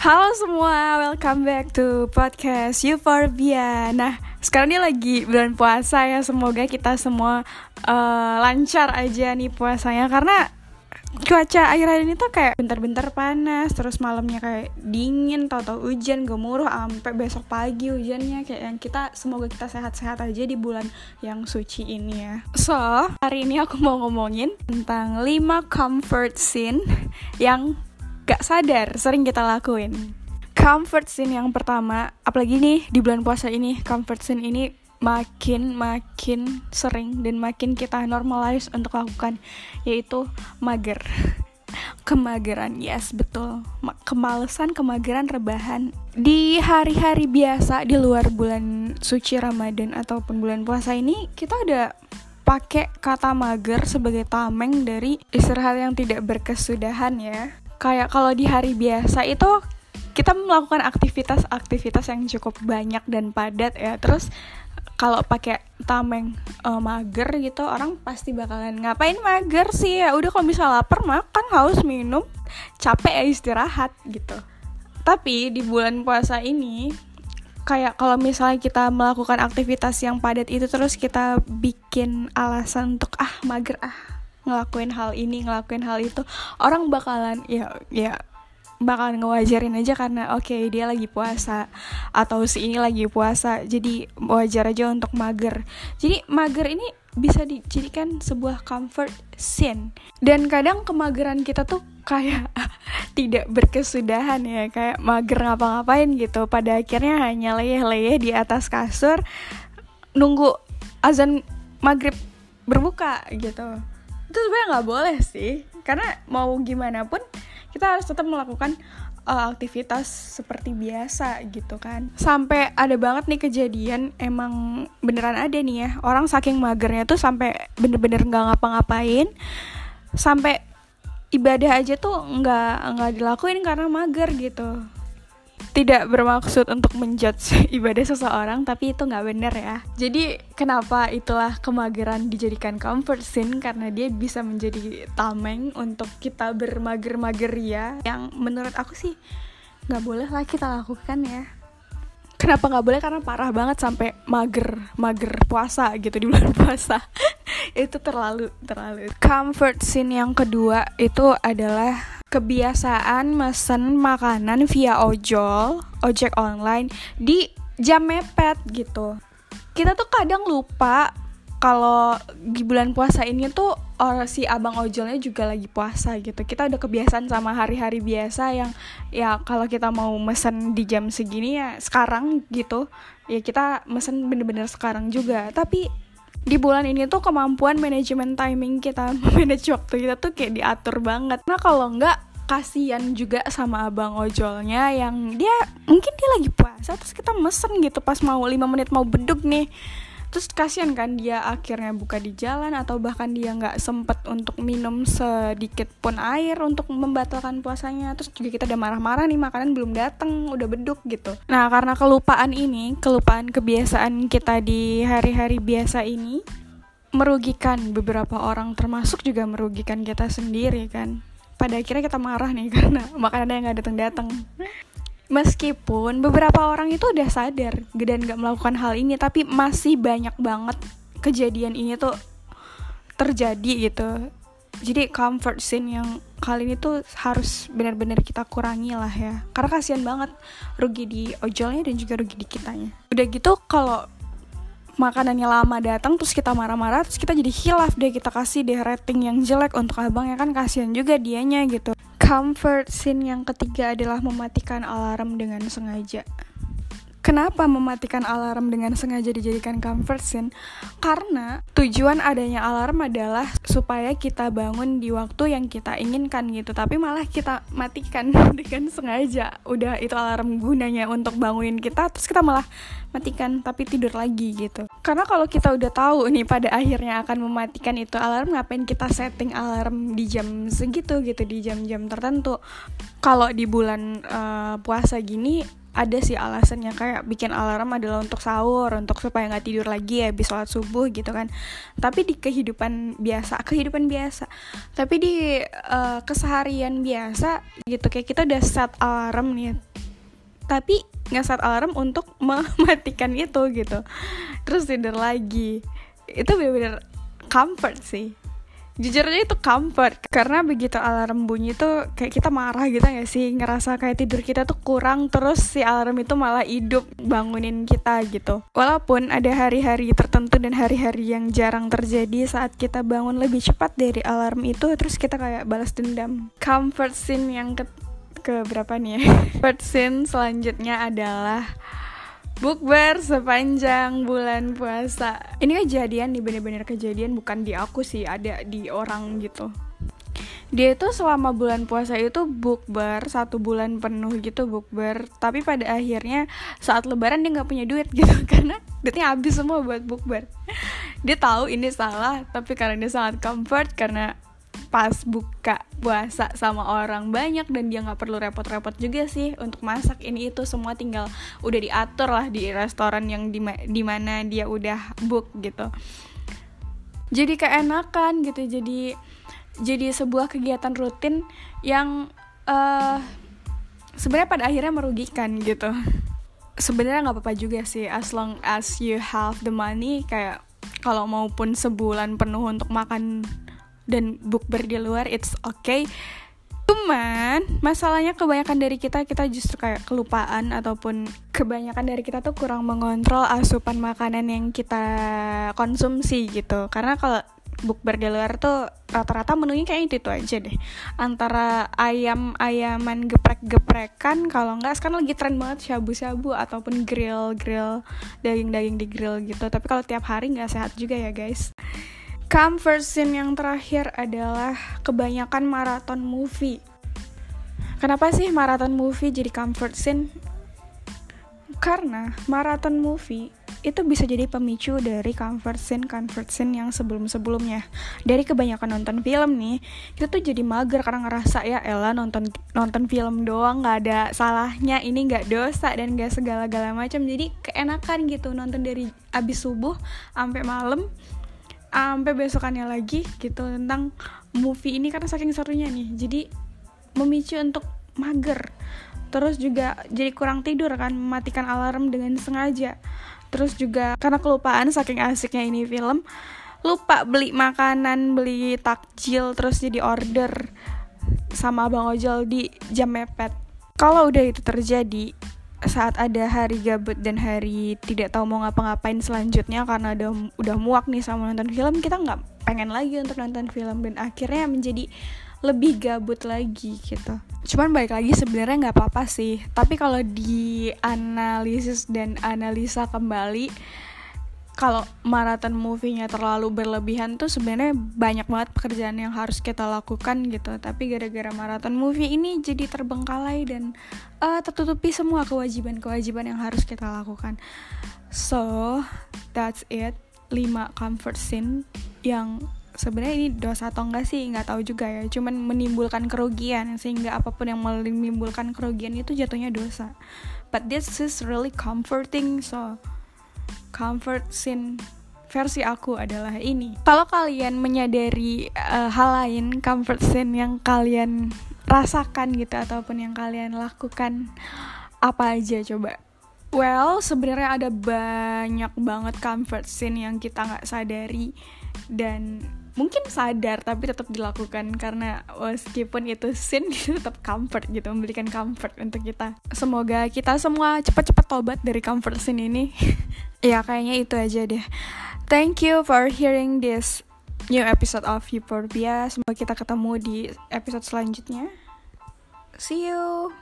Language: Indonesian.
Halo semua, welcome back to podcast Euphorbia. Nah, sekarang ini lagi bulan puasa ya. Semoga kita semua lancar aja nih puasanya. Karena cuaca akhir-akhir ini tuh kayak bentar-bentar panas, terus malamnya kayak dingin, tau-tau hujan, gemuruh, sampai besok pagi hujannya. Kayak yang semoga kita sehat-sehat aja di bulan yang suci ini ya. So, hari ini aku mau ngomongin tentang 5 comfort scene yang gak sadar sering kita lakuin. Comfort scene yang pertama, apalagi nih di bulan puasa ini, comfort scene ini makin sering dan makin kita normalize untuk lakukan, yaitu mager. Kemageran, yes betul. Kemalesan, kemageran, rebahan. Di hari-hari biasa di luar bulan suci Ramadan ataupun bulan puasa ini, kita udah pakai kata mager sebagai tameng dari istirahat yang tidak berkesudahan ya. Kayak kalau di hari biasa itu kita melakukan aktivitas yang cukup banyak dan padat ya. Terus kalau pakai tameng mager gitu, orang pasti bakalan ngapain mager sih? Ya udah, kalau bisa lapar makan, haus minum, capek ya istirahat gitu. Tapi di bulan puasa ini, kayak kalau misalnya kita melakukan aktivitas yang padat itu terus kita bikin alasan untuk mager ngelakuin hal ini, ngelakuin hal itu, orang bakalan bakalan ngewajarin aja karena oke, dia lagi puasa atau si ini lagi puasa, jadi wajar aja untuk mager. Jadi mager ini bisa dijadikan sebuah comfort scene. Dan kadang kemageran kita tuh kayak tidak berkesudahan ya, kayak mager ngapa-ngapain gitu. Pada akhirnya hanya leyeh-leyeh di atas kasur nunggu azan maghrib berbuka gitu. Itu sebenarnya nggak boleh sih, karena mau gimana pun kita harus tetap melakukan aktivitas seperti biasa gitu kan. Sampai ada banget nih kejadian, emang beneran ada nih ya, orang saking magernya tuh sampai bener-bener nggak ngapa-ngapain, sampai ibadah aja tuh nggak dilakuin karena mager gitu. Tidak bermaksud untuk menjudge ibadah seseorang, tapi itu nggak benar ya. Jadi kenapa itulah kemageran dijadikan comfort scene, karena dia bisa menjadi tameng untuk kita bermager-mager ya, yang menurut aku sih nggak boleh lah kita lakukan ya. Kenapa nggak boleh? Karena parah banget sampai mager puasa gitu di bulan puasa. Itu terlalu. Comfort scene yang kedua itu adalah kebiasaan mesen makanan via ojek online di jam mepet gitu. Kita tuh kadang lupa kalau di bulan puasa ini tuh si abang ojolnya juga lagi puasa gitu. Kita udah kebiasaan sama hari-hari biasa yang ya kalau kita mau mesen di jam segini ya sekarang gitu. Ya kita mesen bener-bener sekarang juga. Tapi di bulan ini tuh kemampuan manajemen timing kita, manage waktu kita tuh kayak diatur banget. Nah kalau enggak, kasian juga sama abang ojolnya yang mungkin dia lagi puasa, terus kita mesen gitu pas mau 5 menit mau bedug nih. Terus kasian kan dia akhirnya buka di jalan, atau bahkan dia gak sempet untuk minum sedikit pun air untuk membatalkan puasanya. Terus juga kita udah marah-marah nih, makanan belum datang, udah bedug gitu. Nah karena kelupaan kebiasaan kita di hari-hari biasa ini merugikan beberapa orang, termasuk juga merugikan kita sendiri kan. Pada akhirnya kita marah nih karena makanannya yang gak datang-datang. Meskipun beberapa orang itu udah sadar dan gak melakukan hal ini, tapi masih banyak banget kejadian ini tuh terjadi gitu. Jadi comfort scene yang kali ini tuh harus benar-benar kita kurangi lah ya. Karena kasihan banget, rugi di ojolnya dan juga rugi di kitanya. Udah gitu kalau makanannya lama datang terus kita marah-marah, terus kita jadi hilaf deh, kita kasih deh rating yang jelek untuk abang ya kan, kasihan juga dianya gitu. Comfort scene yang ketiga adalah mematikan alarm dengan sengaja. Kenapa mematikan alarm dengan sengaja dijadikan comfort scene? Karena tujuan adanya alarm adalah supaya kita bangun di waktu yang kita inginkan gitu. Tapi malah kita matikan dengan sengaja. Udah itu alarm gunanya untuk bangunin kita, terus kita malah matikan tapi tidur lagi gitu. Karena kalau kita udah tahu nih pada akhirnya akan mematikan itu alarm, ngapain kita setting alarm di jam segitu gitu, di jam-jam tertentu. Kalau di bulan puasa gini ada sih alasannya, kayak bikin alarm adalah untuk sahur, untuk supaya nggak tidur lagi habis sholat subuh gitu kan. Tapi di kehidupan biasa, tapi di keseharian biasa gitu, kayak kita udah set alarm nih tapi nggak set alarm untuk mematikan itu gitu, terus tidur lagi. Itu benar-benar comfort sih, jujur aja itu comfort. Karena begitu alarm bunyi tuh kayak kita marah gitu gak sih, ngerasa kayak tidur kita tuh kurang, terus si alarm itu malah hidup bangunin kita gitu. Walaupun ada hari-hari tertentu dan hari-hari yang jarang terjadi saat kita bangun lebih cepat dari alarm itu, terus kita kayak balas dendam. Comfort scene yang ke berapa nih ya? Comfort scene selanjutnya adalah bukber sepanjang bulan puasa. Ini kejadian nih, bener-bener kejadian, bukan di aku sih, ada di orang gitu. Dia itu selama bulan puasa itu bukber 1 bulan penuh gitu bukber. Tapi pada akhirnya saat lebaran dia gak punya duit gitu, karena duitnya habis semua buat bukber. Dia tahu ini salah, tapi karena dia sangat comfort, karena pas buka puasa sama orang banyak dan dia nggak perlu repot-repot juga sih untuk masak ini itu, semua tinggal udah diatur lah di restoran yang di mana dia udah book gitu. Jadi keenakan gitu, jadi sebuah kegiatan rutin yang sebenarnya pada akhirnya merugikan gitu. Sebenarnya nggak apa-apa juga sih as long as you have the money, kayak kalau maupun sebulan penuh untuk makan dan bukber di luar, it's okay. Cuman masalahnya kebanyakan dari kita justru kayak kelupaan, ataupun kebanyakan dari kita tuh kurang mengontrol asupan makanan yang kita konsumsi gitu. Karena kalau bukber di luar tuh rata-rata menunya kayak itu aja deh, antara ayam-ayaman geprek-geprekan, kalau enggak sekarang lagi tren banget shabu-shabu ataupun grill daging-daging di grill gitu. Tapi kalau tiap hari nggak sehat juga ya guys. Comfort scene yang terakhir adalah kebanyakan maraton movie. Kenapa sih maraton movie jadi comfort scene? Karena maraton movie itu bisa jadi pemicu dari comfort scene yang sebelum-sebelumnya. Dari kebanyakan nonton film nih, kita tuh jadi mager karena ngerasa ya elah nonton film doang, nggak ada salahnya, ini nggak dosa dan nggak segala-gala macam. Jadi keenakan gitu nonton dari abis subuh sampai malam, sampai besokannya lagi gitu tentang movie ini, karena saking serunya nih jadi memicu untuk mager. Terus juga jadi kurang tidur kan, mematikan alarm dengan sengaja. Terus juga karena kelupaan saking asiknya ini film, lupa beli makanan, beli takjil, terus jadi order sama abang ojol di jam mepet. Kalau udah itu terjadi saat ada hari gabut dan hari tidak tahu mau ngapa-ngapain selanjutnya, karena udah muak nih sama nonton film, kita nggak pengen lagi untuk nonton film dan akhirnya menjadi lebih gabut lagi gitu. Cuman balik lagi sebenarnya nggak apa-apa sih, tapi kalau dianalisis dan analisa kembali, kalau maraton movie-nya terlalu berlebihan tuh sebenarnya banyak banget pekerjaan yang harus kita lakukan gitu. Tapi gara-gara maraton movie ini jadi terbengkalai dan tertutupi semua kewajiban-kewajiban yang harus kita lakukan. So, that's it. 5 comfort scene yang sebenarnya ini dosa atau enggak sih nggak tahu juga ya. Cuman menimbulkan kerugian, sehingga apapun yang menimbulkan kerugian itu jatuhnya dosa. But this is really comforting, so comfort scene versi aku adalah ini. Kalau kalian menyadari hal lain comfort scene yang kalian rasakan gitu ataupun yang kalian lakukan, apa aja coba? Well, sebenarnya ada banyak banget comfort scene yang kita nggak sadari dan mungkin sadar tapi tetap dilakukan, karena meskipun itu scene itu tetap comfort gitu, memberikan comfort untuk kita. Semoga kita semua cepat-cepat tobat dari comfort scene ini. Ya kayaknya itu aja deh. Thank you for hearing this new episode of Euphorbia. Semoga kita ketemu di episode selanjutnya. See you.